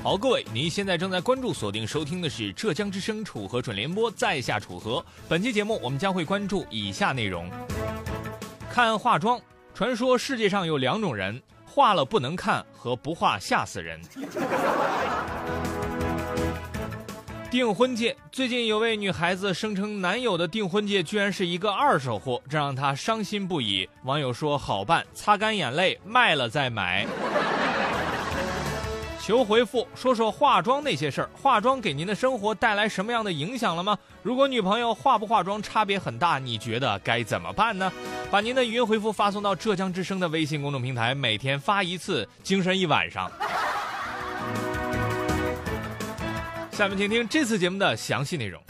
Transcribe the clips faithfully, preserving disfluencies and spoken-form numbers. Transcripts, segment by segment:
好，各位，您现在正在关注、锁定收听的是浙江之声楚河准联播，在下楚河。本期节目我们将会关注以下内容：看化妆，传说世界上有两种人，化了不能看和不化吓死人。订婚戒，最近有位女孩子声称男友的订婚戒居然是一个二手货，这让她伤心不已。网友说好办，擦干眼泪，卖了再买。求回复，说说化妆那些事儿，化妆给您的生活带来什么样的影响了吗？如果女朋友化不化妆差别很大，你觉得该怎么办呢？把您的语音回复发送到浙江之声的微信公众平台，每天发一次，精神一晚上。下面听听这次节目的详细内容。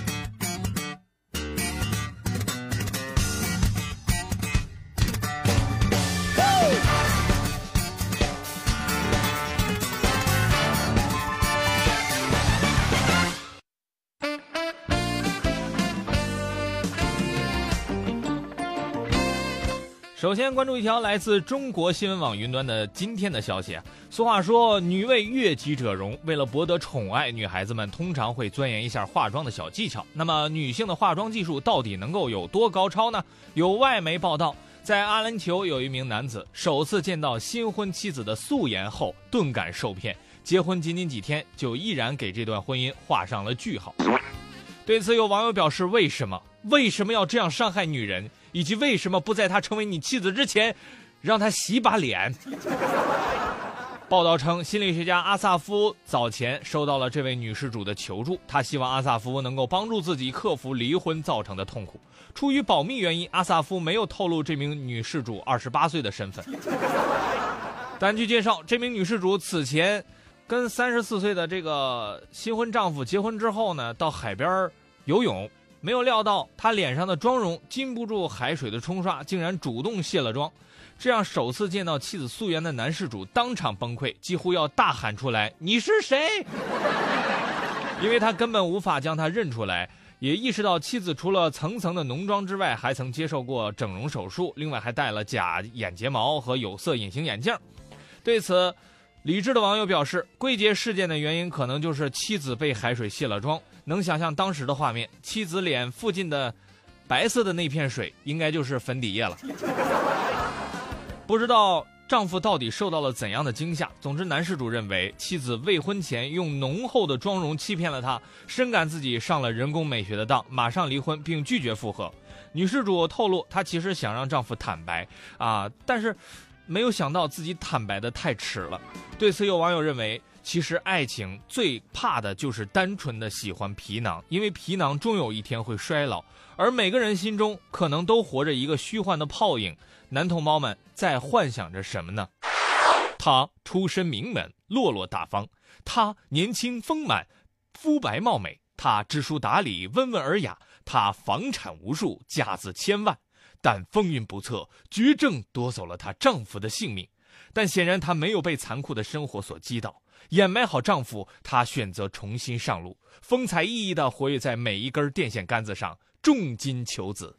首先关注一条来自中国新闻网云端的今天的消息啊。俗话说女为悦己者容，为了博得宠爱，女孩子们通常会钻研一下化妆的小技巧。那么女性的化妆技术到底能够有多高超呢？有外媒报道，在阿联酋有一名男子首次见到新婚妻子的素颜后顿感受骗，结婚仅仅几天就毅然给这段婚姻画上了句号。对此有网友表示，为什么为什么要这样伤害女人，以及为什么不在她成为你妻子之前让她洗把脸。报道称，心理学家阿萨夫早前收到了这位女事主的求助，他希望阿萨夫能够帮助自己克服离婚造成的痛苦。出于保密原因，阿萨夫没有透露这名女事主二十八岁的身份。但据介绍，这名女事主此前跟三十四岁的这个新婚丈夫结婚之后呢，到海边游泳，没有料到她脸上的妆容经不住海水的冲刷，竟然主动卸了妆。这让首次见到妻子素颜的男事主当场崩溃，几乎要大喊出来：“你是谁？”因为他根本无法将她认出来，也意识到妻子除了层层的浓妆之外，还曾接受过整容手术，另外还戴了假眼睫毛和有色隐形眼镜。对此，理智的网友表示，归结事件的原因可能就是妻子被海水卸了妆。能想象当时的画面，妻子脸附近的白色的那片水应该就是粉底液了。不知道丈夫到底受到了怎样的惊吓，总之男事主认为妻子未婚前用浓厚的妆容欺骗了他，深感自己上了人工美学的当，马上离婚并拒绝复合。女事主透露，她其实想让丈夫坦白啊，但是没有想到自己坦白的太迟了。对此有网友认为，其实爱情最怕的就是单纯的喜欢皮囊，因为皮囊终有一天会衰老，而每个人心中可能都活着一个虚幻的泡影。男同胞们在幻想着什么呢？他出身名门，落落大方；他年轻丰满，肤白貌美；他知书达理，温文尔雅；他房产无数，家资千万。但风云不测，绝症夺走了她丈夫的性命。但显然她没有被残酷的生活所击倒，掩埋好丈夫，她选择重新上路，风采奕奕地活跃在每一根电线杆子上，重金求子。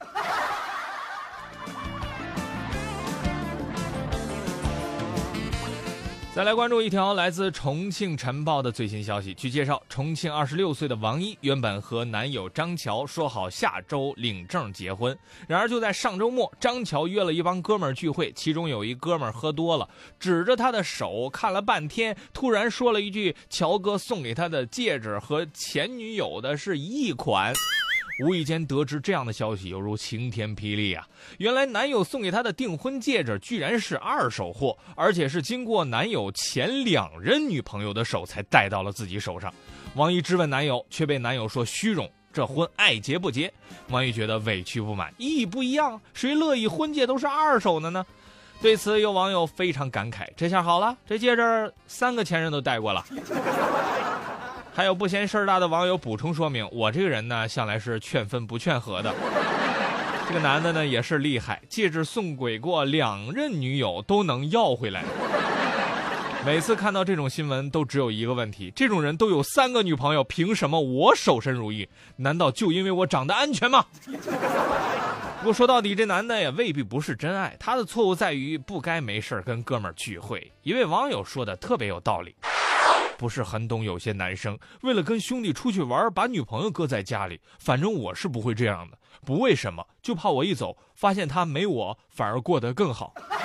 再来关注一条来自重庆晨报的最新消息。据介绍，重庆二十六岁的王一原本和男友张乔说好下周领证结婚，然而就在上周末，张乔约了一帮哥们儿聚会，其中有一哥们儿喝多了，指着他的手看了半天，突然说了一句乔哥送给他的戒指和前女友的是一款。无意间得知这样的消息，犹如晴天霹雳啊！原来男友送给她的订婚戒指居然是二手货，而且是经过男友前两任女朋友的手才戴到了自己手上。王一质问男友，却被男友说虚荣，这婚爱结不结？王一觉得委屈不满，意义不一样，谁乐意婚戒都是二手的呢？对此有网友非常感慨，这下好了，这戒指三个前任都戴过了。还有不嫌事儿大的网友补充说明，我这个人呢向来是劝分不劝和的。这个男的呢也是厉害，戒指送给过两任女友都能要回来。每次看到这种新闻都只有一个问题，这种人都有三个女朋友，凭什么我守身如玉？难道就因为我长得安全吗？不过说到底，这男的也未必不是真爱，他的错误在于不该没事跟哥们儿聚会。一位网友说的特别有道理， 不是很懂有些男生为了跟兄弟出去玩，把女朋友搁在家里。反正我是不会这样的，不为什么，就怕我一走，发现他没我，反而过得更好。